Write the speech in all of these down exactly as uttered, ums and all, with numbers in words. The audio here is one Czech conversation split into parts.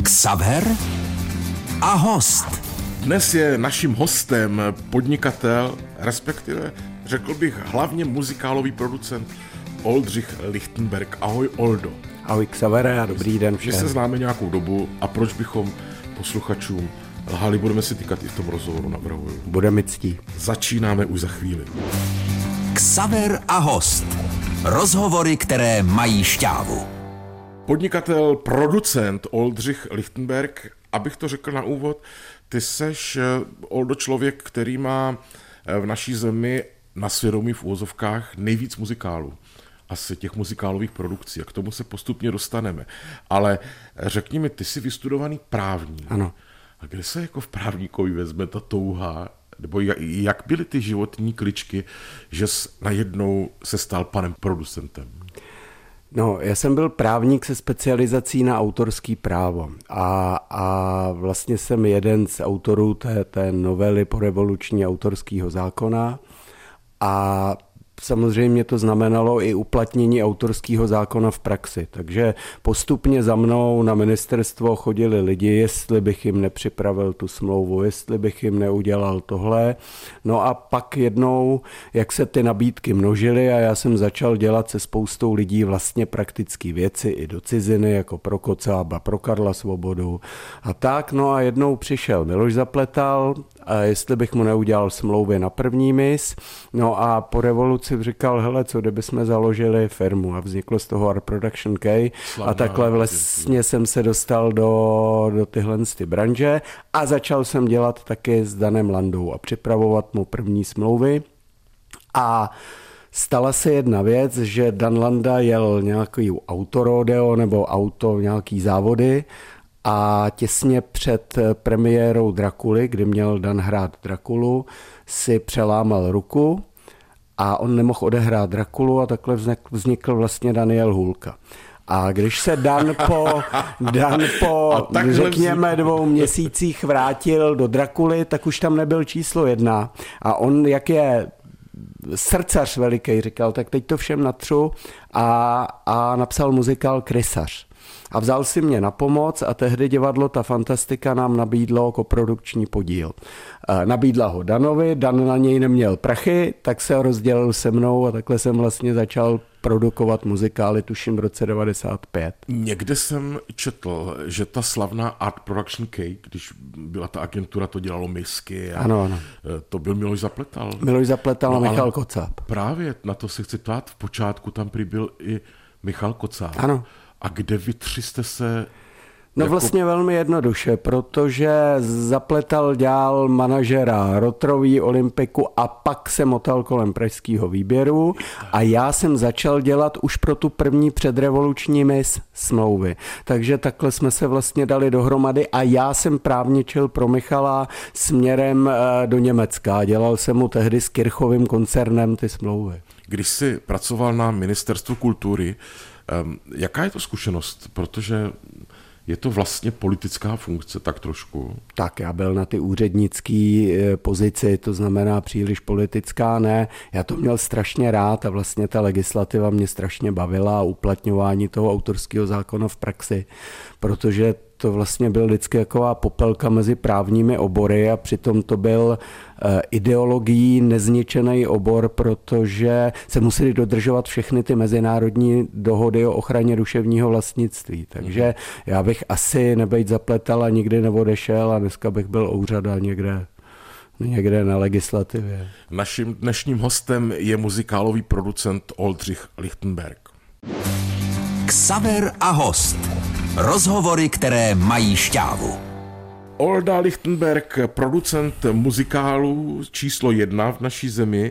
Xaver a host. Dnes je naším hostem podnikatel, respektive řekl bych hlavně muzikálový producent Oldřich Lichtenberg. Ahoj Oldo. Ahoj Xavere a dobrý den všem. My se známe nějakou dobu a proč bychom posluchačům lhali, budeme si týkat i v tom rozhovoru, navrhuju. Bude mi ctí. Začínáme už za chvíli. Xaver a host. Rozhovory, které mají šťávu. Podnikatel, producent Oldřich Lichtenberg, abych to řekl na úvod, ty seš, Oldo, člověk, který má v naší zemi na svědomí v úvozovkách nejvíc muzikálů. Asi těch muzikálových produkcí a k tomu se postupně dostaneme. Ale řekni mi, ty jsi vystudovaný právník. Ano. A kde se jako v právníkovi vezme ta touha, nebo jak byly ty životní kličky, že jsi najednou se stal panem producentem? No, já jsem byl právník se specializací na autorský právo a, a vlastně jsem jeden z autorů té, té novely porevoluční autorského zákona a samozřejmě to znamenalo i uplatnění autorského zákona v praxi, takže postupně za mnou na ministerstvo chodili lidi, jestli bych jim nepřipravil tu smlouvu, jestli bych jim neudělal tohle. No a pak jednou, jak se ty nabídky množily a já jsem začal dělat se spoustou lidí vlastně praktické věci i do ciziny, jako pro Kocába, pro Karla Svobodu a tak. No a jednou přišel Miloš Zapletal, a jestli bych mu neudělal smlouvy na první mis, no a po revoluci říkal, hele, co kdyby jsme založili firmu a vzniklo z toho Art Production K Slavná, a takhle vlastně jsem se dostal do, do tyhle ty branže a začal jsem dělat taky s Danem Landou a připravovat mu první smlouvy a stala se jedna věc, že Dan Landa jel nějaký autorodeo nebo auto, nějaký závody a těsně před premiérou Drakuly, kdy měl Dan hrát Drakulu, si přelámal ruku a on nemohl odehrát Drakulu a takhle vznikl vlastně Daniel Hůlka. A když se Dan po, Dan po řekněme dvou měsících vrátil do Drakuly, tak už tam nebyl číslo jedna. A on, jak je srdcař veliký, říkal, tak teď to všem natřu a, a napsal muzikál Krysař. A vzal si mě na pomoc a tehdy divadlo Ta Fantastika nám nabídlo koprodukční podíl. Nabídla ho Danovi, Dan na něj neměl prachy, tak se rozdělil se mnou a takhle jsem vlastně začal produkovat muzikály, tuším v roce devadesát pět. Někde jsem četl, že ta slavná Art Production K, když byla ta agentura, to dělalo misky. A ano, ano. To byl Miloš Zapletal. Miloš Zapletal no, a Michal Kocáb. Právě na to se chci ptát, v počátku tam prý byl i Michal Kocáb. Ano. A kde vy tři jste se... No jako... vlastně velmi jednoduše, protože Zapletal dělal manažera Rotrový Olympiku a pak se motal kolem pražského výběru a já jsem začal dělat už pro tu první předrevoluční mis smlouvy. Takže takhle jsme se vlastně dali dohromady a já jsem právničil pro Michala směrem do Německa. Dělal jsem mu tehdy s Kirchovým koncernem ty smlouvy. Když jsi pracoval na Ministerstvu kultury, jaká je to zkušenost? Protože je to vlastně politická funkce, tak trošku. Tak já byl na ty úřednické pozici, to znamená příliš politická, ne. Já to měl strašně rád a vlastně ta legislativa mě strašně bavila a uplatňování toho autorského zákona v praxi, protože to vlastně byl vždycky taková popelka mezi právními obory a přitom to byl ideologií nezničený obor, protože se museli dodržovat všechny ty mezinárodní dohody o ochraně duševního vlastnictví. Takže já bych asi nebejt Zapletal a nikdy neodešel a dneska bych byl úřada někde, někde na legislativě. Naším dnešním hostem je muzikálový producent Oldřich Lichtenberg. Xaver a host. Rozhovory, které mají šťávu. Olda Lichtenberg, producent muzikálů číslo jedna v naší zemi.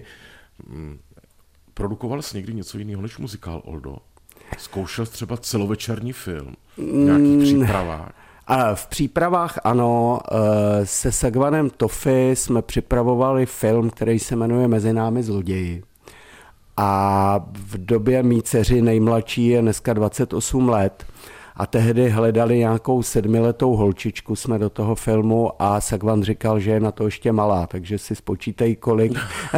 Produkoval jsi někdy něco jiného než muzikál, Oldo? Zkoušel jsi třeba celovečerní film v nějakých přípravách? A v přípravách ano, se Sagvanem Toffy jsme připravovali film, který se jmenuje Mezi námi zloději. A v době mý dceři nejmladší je dneska dvacet osm let. a tehdy hledali nějakou sedmiletou holčičku jsme do toho filmu a Sagvan říkal, že je na to ještě malá, takže si spočítej, kolik,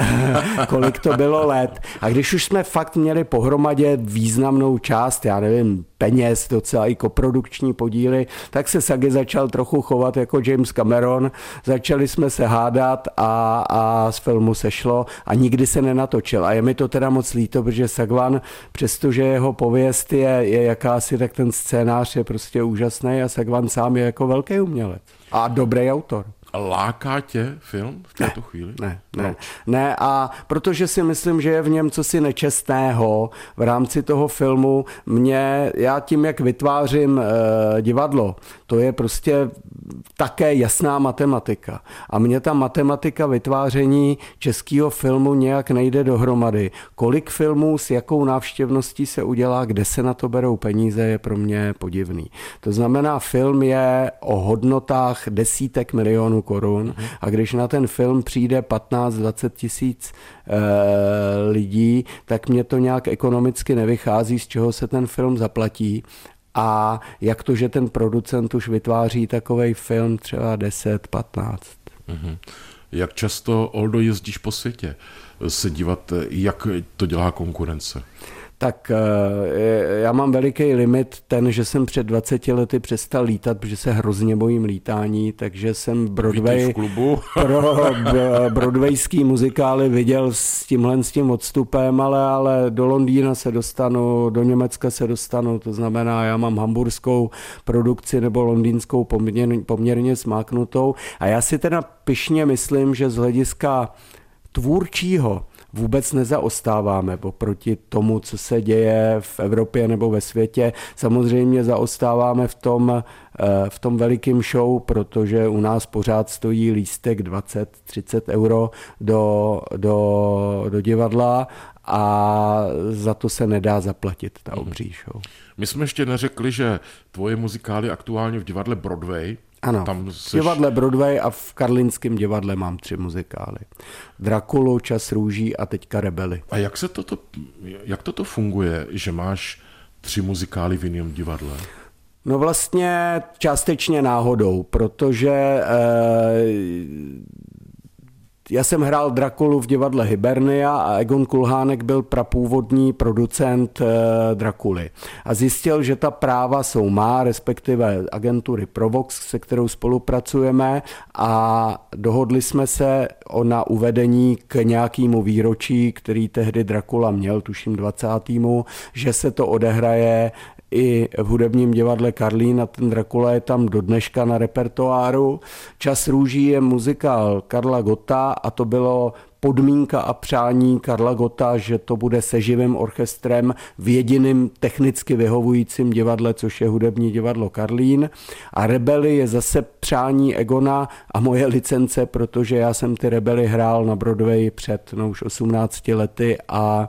kolik to bylo let. A když už jsme fakt měli pohromadě významnou část, já nevím, peněz, docela i koprodukční podíly, tak se Sagi začal trochu chovat jako James Cameron. Začali jsme se hádat a, a z filmu se šlo a nikdy se nenatočil. A je mi to teda moc líto, protože Sagvan, přestože jeho pověst je, je jakási, tak ten scénář je prostě úžasný a Sagvan sám je jako velký umělec. A dobrý autor. Láká tě film v této ne, chvíli? Ne, ne, ne, a protože si myslím, že je v něm cosi nečestného v rámci toho filmu. Mě, já tím, jak vytvářím eh, divadlo, to je prostě také jasná matematika. A mně ta matematika vytváření českého filmu nějak nejde dohromady. Kolik filmů s jakou návštěvností se udělá, kde se na to berou peníze, je pro mě podivný. To znamená, film je o hodnotách desítek milionů korun a když na ten film přijde patnáct dvacet tisíc e, lidí, tak mě to nějak ekonomicky nevychází, z čeho se ten film zaplatí. A jak to, že ten producent už vytváří takovej film třeba deset patnáct. Mm-hmm. Jak často, Oldo, jezdíš po světě se dívat, jak to dělá konkurence? Tak já mám veliký limit ten, že jsem před dvaceti lety přestal lítat, protože se hrozně bojím lítání, takže jsem Broadway, v klubu. pro broadwayský muzikály viděl s tímhle s tím odstupem, ale, ale do Londýna se dostanu, do Německa se dostanu, to znamená, já mám hamburskou produkci nebo londýnskou poměrně, poměrně smáknutou a já si teda pyšně myslím, že z hlediska tvůrčího vůbec nezaostáváme oproti tomu, co se děje v Evropě nebo ve světě. Samozřejmě zaostáváme v tom, v tom velikém show, protože u nás pořád stojí lístek dvacet třicet euro do, do, do divadla a za to se nedá zaplatit ta obří show. My jsme ještě neřekli, že tvoje muzikály aktuálně v divadle Broadway. Ano, tam v divadle Broadway a v Karlínském divadle mám tři muzikály. Drakulu, Čas růží a teďka Rebely. A jak se toto, jak toto funguje, že máš tři muzikály v jiném divadle? No vlastně částečně náhodou, protože eh, já jsem hrál Drakulu v divadle Hibernia a Egon Kulhánek byl prapůvodní producent e, Drakuly. A zjistil, že ta práva jsou má, respektive agentury Provox, se kterou spolupracujeme a dohodli jsme se o na uvedení k nějakému výročí, který tehdy Drakula měl, tuším dvacátému že se to odehraje i v hudebním divadle Karlín a ten Drakula je tam do dneška na repertoáru. Čas růží je muzikál Karla Gotta a to bylo podmínka a přání Karla Gotta, že to bude se živým orchestrem v jediném technicky vyhovujícím divadle, což je hudební divadlo Karlín. A Rebely je zase přání Egona a moje licence, protože já jsem ty Rebely hrál na Broadway před no, už osmnácti lety a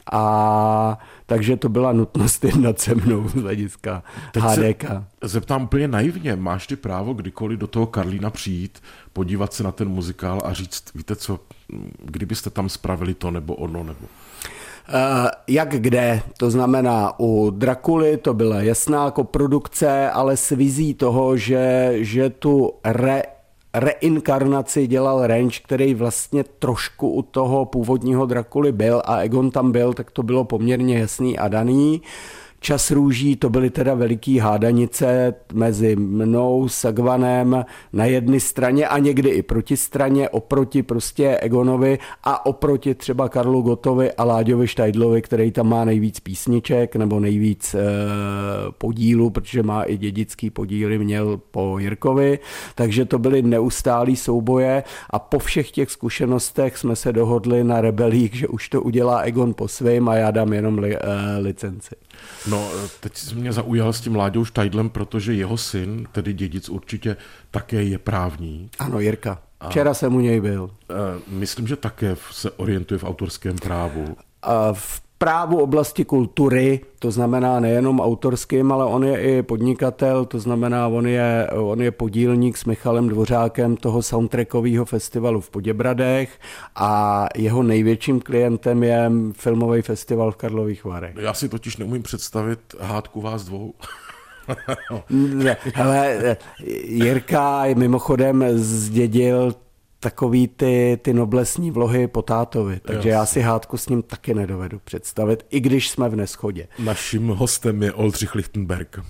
A takže to byla nutnost jednat se mnou z hlediska Há Dé Ká. Zeptám úplně naivně, máš ty právo kdykoliv do toho Karlína přijít, podívat se na ten muzikál a říct, víte co, kdybyste tam spravili to nebo ono nebo... Uh, jak kde, to znamená u Drakuly to byla jasná koprodukce, ale s vizí toho, že, že tu re reinkarnaci dělal Range, který vlastně trošku u toho původního Drakuly byl a Egon tam byl, tak to bylo poměrně jasný a daný. Čas růží, to byly teda veliký hádanice mezi mnou, Sagvanem na jedné straně a někdy i proti straně, oproti prostě Egonovi a oproti třeba Karlu Gottovi a Láďovi Štajdlovi, který tam má nejvíc písniček nebo nejvíc e, podílů, protože má i dědický podíly, měl po Jirkovi, takže to byly neustálý souboje a po všech těch zkušenostech jsme se dohodli na Rebelích, že už to udělá Egon po svým a já dám jenom li, e, licenci. No, teď jsi mě zaujal s tím Láďou Štajdlem, protože jeho syn, tedy dědic určitě, také je právník. Ano, Jirka. Včera jsem u něj byl. Myslím, že také se orientuje v autorském právu. V právu oblasti kultury, to znamená nejenom autorským, ale on je i podnikatel, to znamená, on je, on je podílník s Michalem Dvořákem toho soundtrackového festivalu v Poděbradech a jeho největším klientem je filmový festival v Karlových Varech. Já si totiž neumím představit hádku vás dvou. Hele, Jirka mimochodem zdědil takový ty, ty noblesní vlohy po tátovi, takže Jasně. já si hádku s ním taky nedovedu představit, i když jsme v neschodě. Naším hostem je Oldřich Lichtenberg.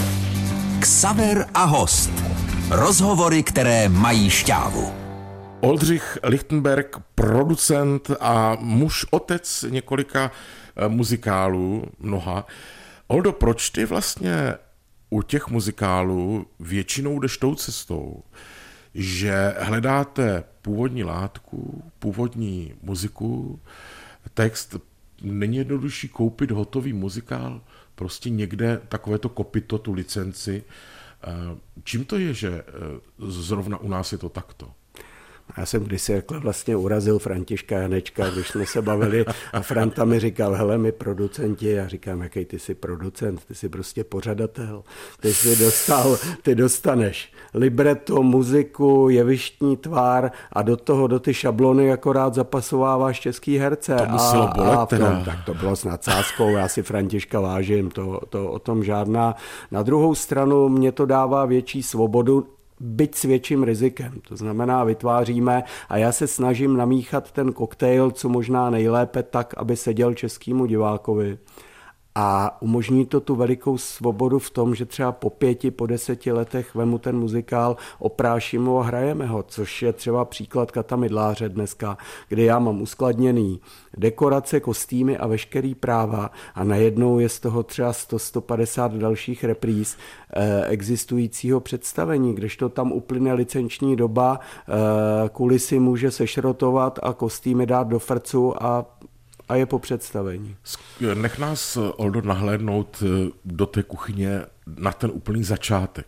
Xaver a host. Rozhovory, které mají šťávu. Oldřich Lichtenberg, producent a muž, otec několika muzikálů, mnoha. Oldo, proč ty vlastně u těch muzikálů většinou jdeš tou cestou, že hledáte původní látku, původní muziku, text, není jednodušší koupit hotový muzikál, prostě někde takovéto kopyto, tu licenci. Čím to je, že zrovna u nás je to takto? Já jsem kdysi jakhle vlastně urazil Františka Janečka, když jsme se bavili a Franta mi říkal, hele, my producenti, já říkám, jaký ty jsi producent, ty jsi prostě pořadatel, ty jsi dostal, ty dostaneš libreto, muziku, jevištní tvar a do toho, do ty šablony akorát zapasováváš český herce. To muselo bolet a teda. Tom, tak to bylo s nadsázkou, já si Františka vážím, to, to o tom žádná. Na druhou stranu mě to dává větší svobodu, byť s větším rizikem. To znamená, vytváříme a já se snažím namíchat ten koktejl, co možná nejlépe tak, aby seděl českému divákovi. A umožní to tu velikou svobodu v tom, že třeba po pěti, po deseti letech vemu ten muzikál, opráším ho a hrajeme ho, což je třeba příklad Kata Mydláře dneska, kdy já mám uskladněný dekorace, kostýmy a veškerý práva a najednou je z toho třeba sto, sto padesát dalších repríz eh, existujícího představení, kdežto tam uplyne licenční doba, eh, kulisy může sešrotovat a kostýmy dát do frcu a A je po představení. Nech nás, Oldo, nahlédnout do té kuchyně na ten úplný začátek.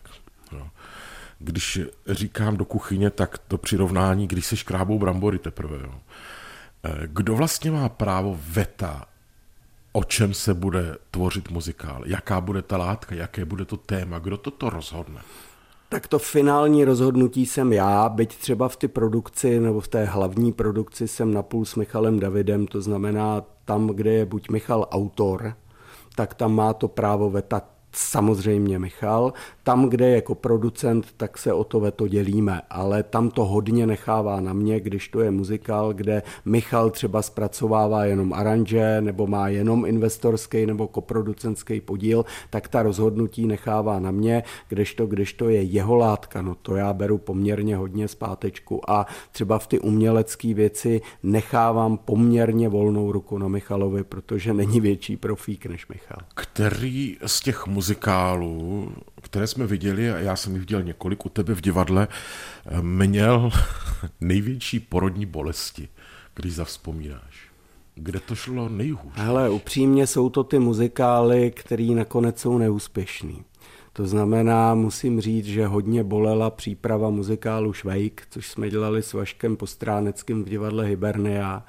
Když říkám do kuchyně, tak to přirovnání, když se škrábou brambory teprve. Kdo vlastně má právo veta, o čem se bude tvořit muzikál? Jaká bude ta látka, jaké bude to téma? Kdo toto rozhodne? Tak to finální rozhodnutí jsem já, byť třeba v té produkci nebo v té hlavní produkci jsem napůl s Michalem Davidem, to znamená tam, kde je buď Michal autor, tak tam má to právo veta samozřejmě Michal. Tam, kde je jako producent, tak se o to veto dělíme, ale tam to hodně nechává na mě, když to je muzikál, kde Michal třeba zpracovává jenom aranže nebo má jenom investorský nebo koproducentský podíl, tak ta rozhodnutí nechává na mě, kdežto, když to je jeho látka, no to já beru poměrně hodně zpátečku a třeba v ty umělecké věci nechávám poměrně volnou ruku na Michalovi, protože není větší profík než Michal. Který z těch muzikálů, které jsme viděli, a já jsem jich viděl několik u tebe v divadle, měl největší porodní bolesti, když zavzpomínáš? Kde to šlo nejhůř? Hele, upřímně jsou to ty muzikály, které nakonec jsou neúspěšný. To znamená, musím říct, že hodně bolela příprava muzikálu Švejk, což jsme dělali s Vaškem Postráneckým v divadle Hibernia.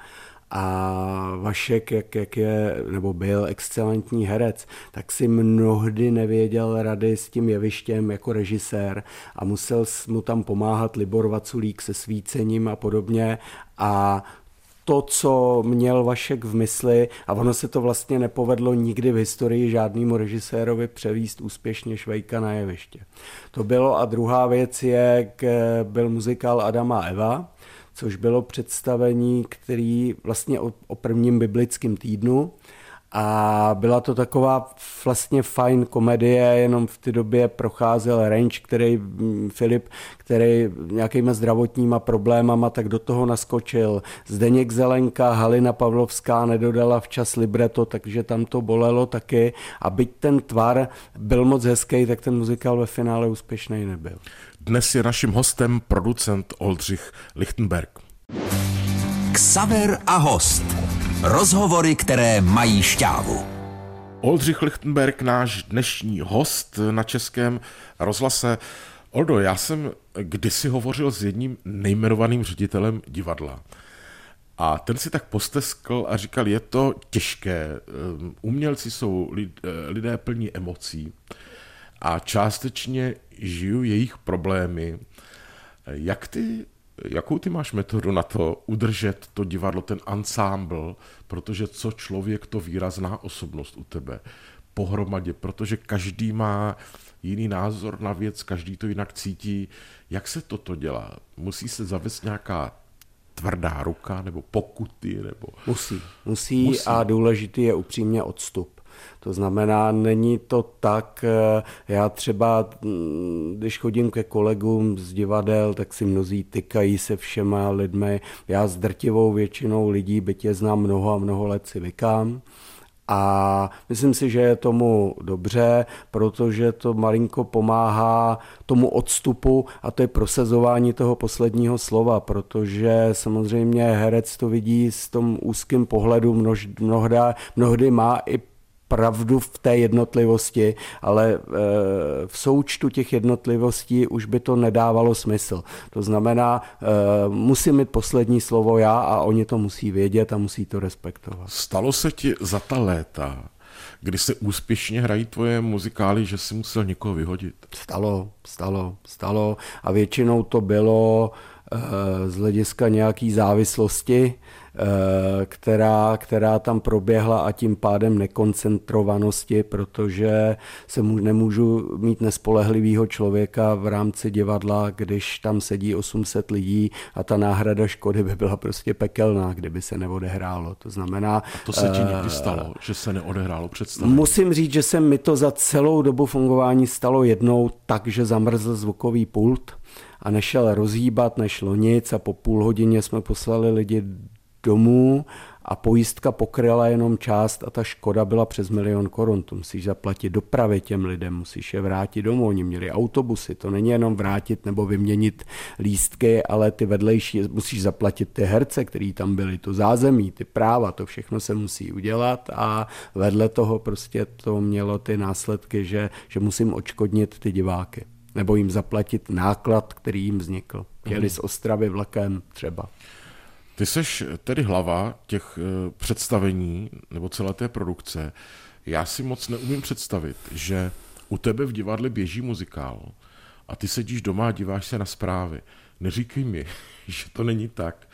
A Vašek, jak, jak je, nebo byl excelentní herec, tak si mnohdy nevěděl rady s tím jevištěm jako režisér a musel mu tam pomáhat Libor Vaculík se svícením a podobně. A to, co měl Vašek v mysli, a ono se to vlastně nepovedlo nikdy v historii žádnému režisérovi převíst úspěšně Švejka na jeviště. To bylo a druhá věc je, byl muzikál Adama a Eva, což bylo představení, který vlastně o, o prvním biblickém týdnu a byla to taková vlastně fajn komedie, jenom v té době procházel Range, který Filip, který nějakýma zdravotníma problémama, tak do toho naskočil. Zdeněk Zelenka, Halina Pavlovská nedodala včas libreto, takže tam to bolelo taky a byť ten tvar byl moc hezký, tak ten muzikál ve finále úspěšný nebyl. Dnes je naším hostem producent Oldřich Lichtenberg. Xaver a host. Rozhovory, které mají šťávu. Oldřich Lichtenberg, náš dnešní host na Českém rozhlase. Oldo, já jsem kdysi hovořil s jedním nejmenovaným ředitelem divadla. A ten si tak posteskl a říkal, je to těžké. Umělci jsou lidé plní emocí a částečně žiju jejich problémy. Jak ty, jakou ty máš metodu na to udržet to divadlo, ten ansámbl, protože co člověk, to výrazná osobnost u tebe. pohromadě, protože každý má jiný názor na věc, každý to jinak cítí. Jak se toto dělá? Musí se zavést nějaká tvrdá ruka, nebo pokuty, nebo... Musí, musí, musí. A důležitý je upřímně odstup. To znamená, není to tak, já třeba, když chodím ke kolegům z divadel, tak si mnozí tykají se všema lidmi. Já s drtivou většinou lidí, byť je znám mnoho a mnoho let, si vykám. A myslím si, že je tomu dobře, protože to malinko pomáhá tomu odstupu a to je prosazování toho posledního slova, protože samozřejmě herec to vidí s tom úzkým pohledu, množ, mnohda, mnohdy má i pravdu v té jednotlivosti, ale v součtu těch jednotlivostí už by to nedávalo smysl. To znamená, musím mít poslední slovo já a oni to musí vědět a musí to respektovat. Stalo se ti za ta léta, kdy se úspěšně hrají tvoje muzikály, že jsi musel někoho vyhodit? Stalo, stalo, stalo a většinou to bylo z hlediska nějaký závislosti, která, která tam proběhla a tím pádem nekoncentrovanosti, protože se mu, nemůžu mít nespolehlivého člověka v rámci divadla, když tam sedí osm set lidí a ta náhrada škody by byla prostě pekelná, kdyby se neodehrálo. To znamená... A to se ti uh, někdy stalo, že se neodehrálo představení? Musím říct, že se mi to za celou dobu fungování stalo jednou tak, že zamrzl zvukový pult a nešel rozhýbat, nešlo nic a po půl hodině jsme poslali lidi domů a pojistka pokryla jenom část a ta škoda byla přes milion korun. To musíš zaplatit dopravě těm lidem, musíš je vrátit domů. Oni měli autobusy, to není jenom vrátit nebo vyměnit lístky, ale ty vedlejší, musíš zaplatit ty herce, který tam byli, to zázemí, ty práva, to všechno se musí udělat a vedle toho prostě to mělo ty následky, že, že musím odškodnit ty diváky nebo jim zaplatit náklad, který jim vznikl. Jeli z Ostravy vlakem třeba. Ty seš tedy hlava těch představení nebo celé té produkce. Já si moc neumím představit, že u tebe v divadle běží muzikál a ty sedíš doma a díváš se na zprávy. Neříkej mi, že to není tak,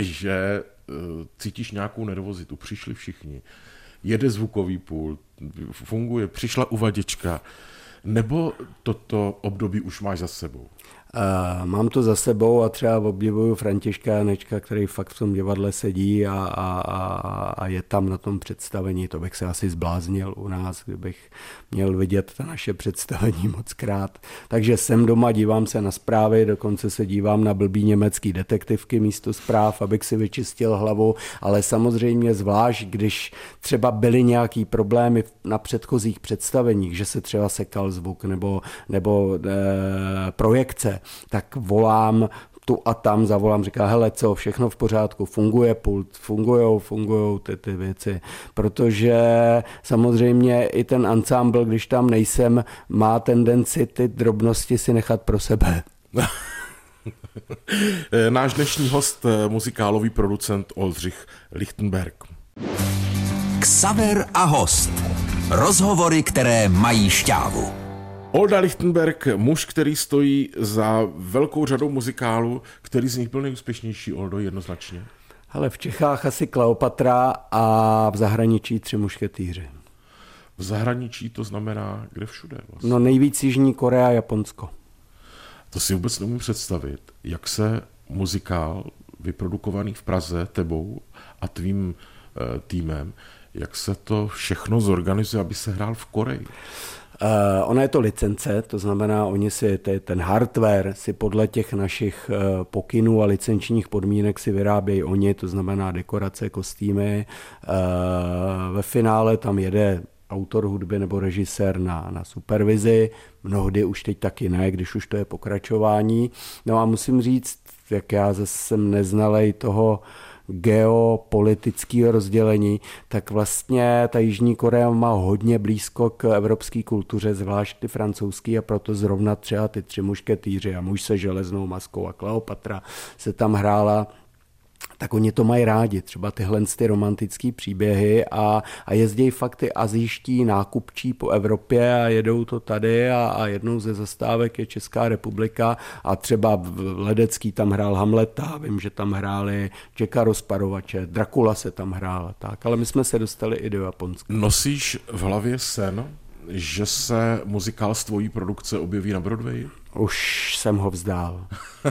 že cítíš nějakou nervozitu. Přišli všichni. Jede zvukový pult, funguje, přišla uvaděčka. Nebo toto období už máš za sebou? Uh, mám to za sebou a třeba obdivuju Františka Janečka, který fakt v tom divadle sedí a, a, a, a je tam na tom představení. To bych se asi zbláznil u nás, kdybych měl vidět ta naše představení moc krát. Takže jsem doma, dívám se na zprávy, dokonce se dívám na blbý německý detektivky místo zpráv, abych si vyčistil hlavu, ale samozřejmě zvlášť, když třeba byly nějaký problémy na předchozích představeních, že se třeba sekal zvuk nebo, nebo e, projekce, tak volám tu a tam, zavolám, říká, hele, co, všechno v pořádku, funguje pult, fungujou, fungujou ty, ty věci, protože samozřejmě i ten ansámbl, když tam nejsem, má tendenci ty drobnosti si nechat pro sebe. Náš dnešní host, muzikálový producent Oldřich Lichtenberg. Xaver a host. Rozhovory, které mají šťávu. Olda Lichtenberg, muž, který stojí za velkou řadou muzikálů, který z nich byl nejúspěšnější, Oldo, jednoznačně? Ale v Čechách asi Kleopatra a v zahraničí Tři mušketýři. V zahraničí to znamená kde všude vlastně? No nejvíc Jižní Korea a Japonsko. To si vůbec nemůžu představit, jak se muzikál vyprodukovaný v Praze tebou a tvým e, týmem, jak se to všechno zorganizuje, aby se hrál v Koreji. Uh, ona je to licence, to znamená, oni si ten hardware si podle těch našich uh, pokynů a licenčních podmínek si vyrábějí oni, to znamená dekorace, kostýmy. Uh, ve finále tam jede autor hudby nebo režisér na, na supervizi, mnohdy už teď taky ne, když už to je pokračování. No a musím říct, jak já zase jsem neznalej toho geopolitického rozdělení, tak vlastně ta Jižní Korea má hodně blízko k evropské kultuře, zvlášť ty francouzský, a proto zrovna třeba ty Tři mušketýři a Muž se železnou maskou a Kleopatra se tam hrála tak oni to mají rádi, třeba tyhle ty romantické příběhy a, a jezdí fakt ty asijští nákupčí po Evropě a jedou to tady a, a jednou ze zastávek je Česká republika a třeba v Ledecký tam hrál Hamleta, vím, že tam hráli Jacka Rozparovače, Dracula se tam hrál, tak, ale my jsme se dostali i do Japonska. Nosíš v hlavě sen, že se muzikál z tvojí produkce objeví na Broadwayi? Už jsem ho vzdál.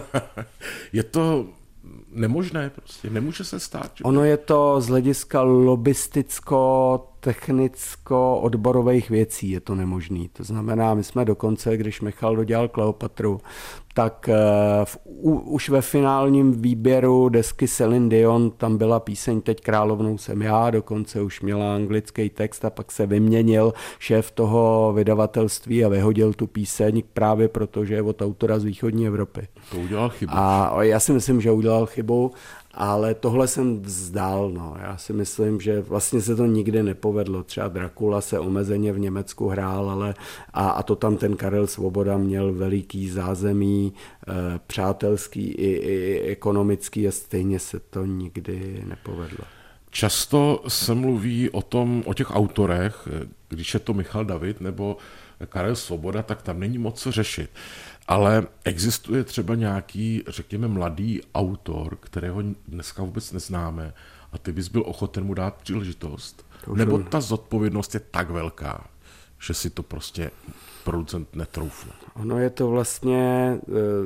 Je to nemožné prostě, nemůže se stát. Že? Ono je to z hlediska lobisticko, technicko, odborových věcí je to nemožný. To znamená, my jsme dokonce, když Michal dodělal Kleopatru, tak v, u, už ve finálním výběru desky Celine Dion tam byla píseň Teď královnou jsem já, dokonce už měla anglický text a pak se vyměnil šéf toho vydavatelství a vyhodil tu píseň právě proto, že je od autora z východní Evropy. To udělal chybu. A já si myslím, že udělal chybu, ale tohle jsem vzdal. No. Já si myslím, že vlastně se to nikdy nepovedlo. Třeba Dracula se omezeně v Německu hrál, ale a, a to tam ten Karel Svoboda měl veliký zázemí, e, přátelský i, i ekonomický a stejně se to nikdy nepovedlo. Často se mluví o tom, o těch autorech, když je to Michal David nebo Karel Svoboda, tak tam není moc co řešit. Ale existuje třeba nějaký, řekněme, mladý autor, kterého dneska vůbec neznáme a ty bys byl ochoten mu dát příležitost? Nebo ta zodpovědnost je tak velká, že si to prostě producent netroufne? Ono je to vlastně,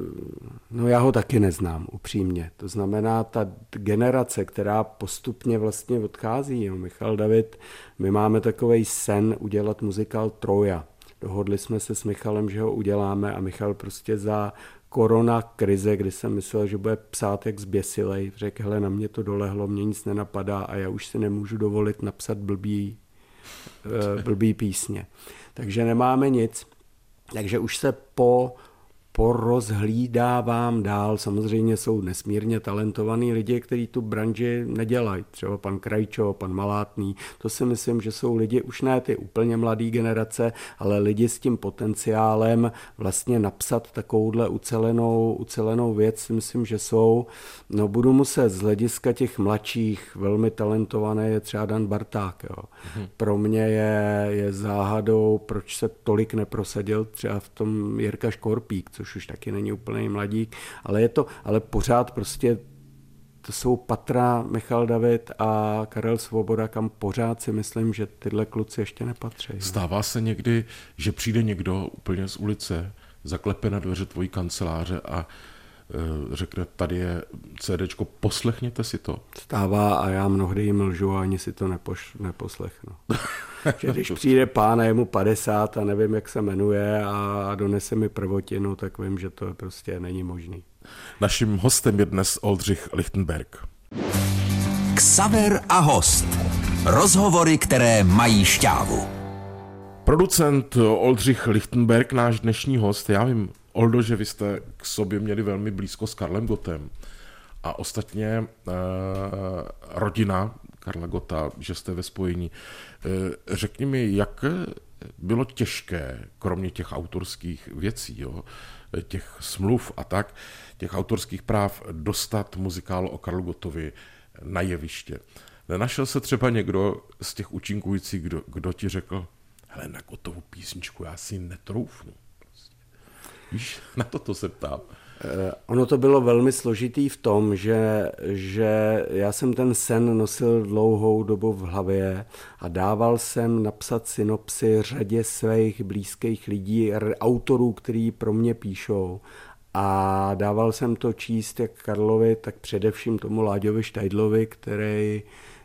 no já ho taky neznám, upřímně. To znamená, ta generace, která postupně vlastně odchází, jo, Michal David, my máme takovej sen udělat muzikál Troja. Dohodli jsme se s Michalem, že ho uděláme a Michal prostě za korona krize, kdy jsem myslel, že bude psát jak zběsilej, řekl, hele, na mě to dolehlo, mě nic nenapadá a já už si nemůžu dovolit napsat blbý, blbý písně. Takže nemáme nic, takže už se po porozhlídávám dál. Samozřejmě jsou nesmírně talentovaní lidi, kteří tu branži nedělají. Třeba pan Krajčo, pan Malátný. To si myslím, že jsou lidi, už ne ty úplně mladý generace, ale lidi s tím potenciálem vlastně napsat takovouhle ucelenou, ucelenou věc, myslím, že jsou. No budu muset z hlediska těch mladších, velmi talentované je třeba Dan Barták. Jo. Mhm. Pro mě je, je záhadou, proč se tolik neprosadil třeba v tom Jirka Škorpík, což už taky není úplný mladík, ale je to, ale pořád prostě to jsou patra Michal David a Karel Svoboda, kam pořád si myslím, že tyhle kluci ještě nepatří. Stává se někdy, že přijde někdo úplně z ulice, zaklepe na dveře tvojí kanceláře a e, řekne, tady je CDčko, poslechněte si to. Stává a já mnohdy jim lžu a ani si to nepoš, neposlechnu. Že když přijde pán a je mu padesát a nevím, jak se jmenuje a donese mi prvotinu, tak vím, že to prostě není možný. Naším hostem je dnes Oldřich Lichtenberg. Xaver a host. Rozhovory, které mají šťávu. Producent Oldřich Lichtenberg, náš dnešní host. Já vím, Oldo, že vy jste k sobě měli velmi blízko s Karlem Gottem. A ostatně eh, rodina Karla Gotta, že jste ve spojení. Eh, řekni mi, jak bylo těžké, kromě těch autorských věcí, jo, těch smluv a tak, těch autorských práv, dostat muzikál o Karlu Gottovi na jeviště. Nenašel se třeba někdo z těch účinkujících, kdo, kdo ti řekl, hele, na Gottovu písničku já si netroufnu. Prostě. Víš, na toto se ptám. Ono to bylo velmi složitý v tom, že, že já jsem ten sen nosil dlouhou dobu v hlavě a dával jsem napsat synopsy řadě svých blízkých lidí, autorů, kteří pro mě píšou. A dával jsem to číst jak Karlovi, tak především tomu Láďovi Štajdlovi, který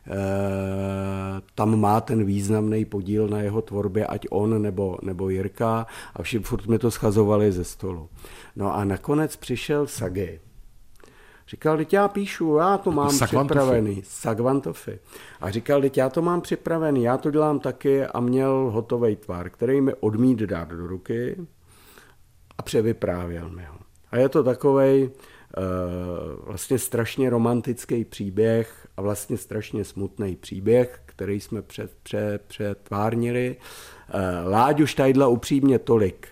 tam má ten významný podíl na jeho tvorbě, ať on nebo, nebo Jirka, a všichni furt mi to schazovali ze stolu. No a nakonec přišel Sagi. Říkal, teď já píšu, já to mám připravený. Sagvantofy. A říkal, teď já to mám připravený, já to dělám taky a měl hotovej tvar, který mi odmít dát do ruky a převyprávěl mi ho. A je to takovej vlastně strašně romantický příběh a vlastně strašně smutný příběh, který jsme před, před, přetvárnili. Láďu Štajdla upřímně tolik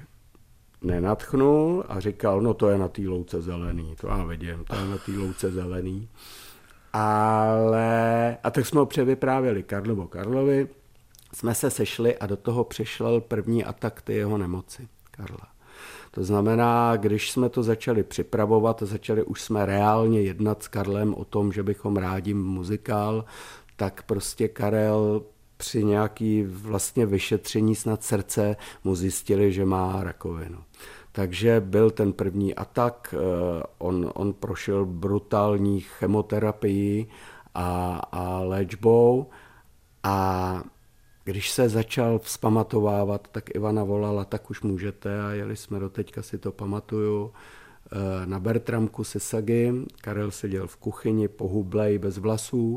nenadchnul a říkal, no to je na té louce zelený, to já vidím, to je na té louce zelený. Ale, a tak jsme ho převyprávěli Karlovo Karlovi, jsme se sešli a do toho přišel první atak ty jeho nemoci, Karla. To znamená, když jsme to začali připravovat a začali už jsme reálně jednat s Karlem o tom, že bychom rádi muzikál, tak prostě Karel při nějaký vlastně vyšetření snad srdce mu zjistili, že má rakovinu. Takže byl ten první atak, on, on prošel brutální chemoterapii a, a léčbou a když se začal vzpamatovávat, tak Ivana volala, tak už můžete a jeli jsme do teďka, si to pamatuju, na Bertramku se Sagim. Karel seděl v kuchyni, pohublej, bez vlasů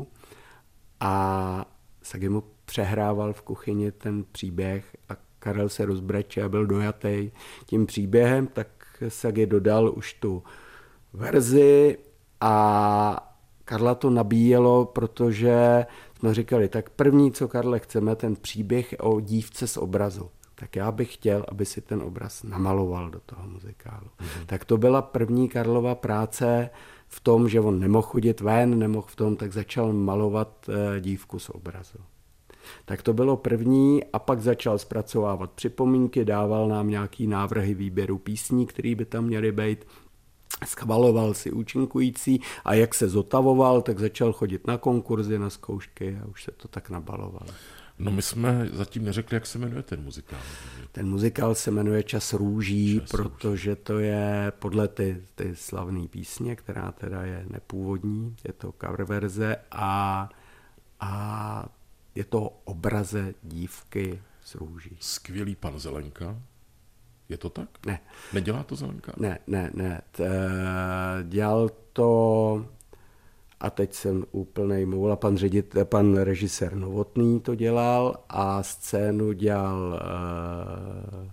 a Sagi mu přehrával v kuchyni ten příběh a Karel se rozbreče a byl dojatý tím příběhem, tak Sagi dodal už tu verzi a Karla to nabíjelo, protože jsme říkali, tak první, co Karle chceme, ten příběh o dívce z obrazu. Tak já bych chtěl, aby si ten obraz namaloval do toho muzikálu. Mm-hmm. Tak to byla první Karlova práce v tom, že on nemohl chodit ven, nemohl v tom, tak začal malovat dívku z obrazu. Tak to bylo první a pak začal zpracovávat připomínky, dával nám nějaký návrhy výběru písní, které by tam měly být. Schvaloval si účinkující a jak se zotavoval, tak začal chodit na konkurzy, na zkoušky a už se to tak nabalovalo. No my jsme zatím neřekli, jak se jmenuje ten muzikál. Ten muzikál se jmenuje Čas růží, Čas protože to je podle ty, ty slavné písně, která teda je nepůvodní, je to cover verze a, a je to obraze dívky z růží. Skvělý pan Zelenka. Je to tak? Ne. Nedělá to Zelenka? Ne, ne, ne. T, dělal to, a teď jsem úplnej moul, a pan, ředitel, pan režisér Novotný to dělal a scénu dělal uh,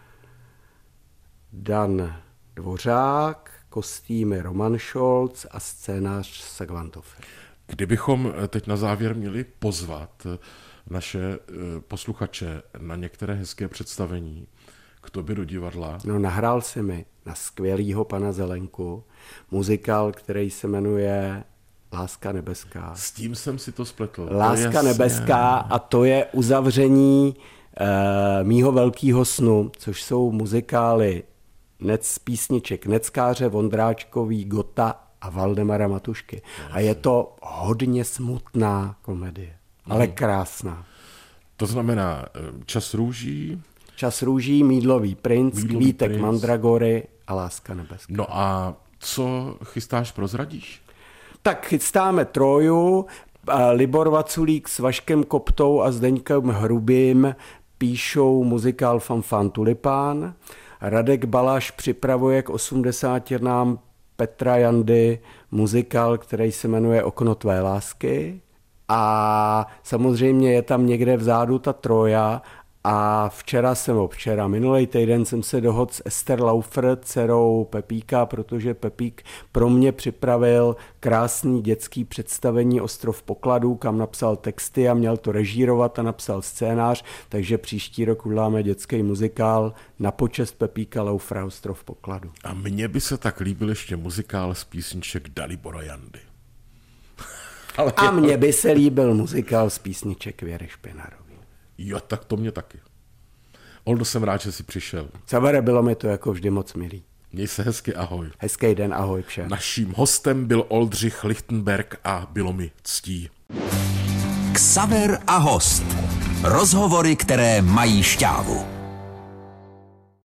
Dan Dvořák, kostýmy Roman Scholz a scénář Sagvantofer. Kdybychom teď na závěr měli pozvat naše posluchače na některé hezké představení k tobě do divadla. No, nahrál si mi na skvělýho pana Zelenku muzikál, který se jmenuje Láska nebeská. S tím jsem si to spletl. Láska to nebeská a to je uzavření e, mýho velkýho snu, což jsou muzikály Nec, písniček Neckáře, Vondráčkový, Gota a Valdemara Matušky. Jasně. A je to hodně smutná komedie, ale krásná. To znamená Čas růží, Čas růží, Mídlový princ, Mídlový Kvítek princ. Mandragory a Láska nebeská. No a co chystáš, prozradíš? Tak chystáme Troju, Libor Vaculík s Vaškem Koptou a Zdeňkem Hrubým píšou muzikál Fanfan Tulipán. Radek Balaš připravuje k osmdesátinám Petra Jandy muzikál, který se jmenuje Okno tvé lásky. A samozřejmě je tam někde vzadu ta Troja. A včera jsem, včera, minulý týden jsem se dohodl s Ester Laufer, dcerou Pepíka, protože Pepík pro mě připravil krásný dětský představení Ostrov pokladů, kam napsal texty a měl to režírovat a napsal scénář, takže příští rok uděláme dětský muzikál na počest Pepíka Laufera Ostrov pokladů. A mně by se tak líbil ještě muzikál z písniček Dalibora Jandy. Ale a mně by se líbil muzikál z písniček Věry Špinarové. Jo, tak to mě taky. Oldo, jsem rád, že jsi přišel. Savere, bylo mi to jako vždy moc milý. Měj se hezky, ahoj. Hezký den, ahoj všem. Naším hostem byl Oldřich Lichtenberg a bylo mi ctí. Xaver a host. Rozhovory, které mají šťávu.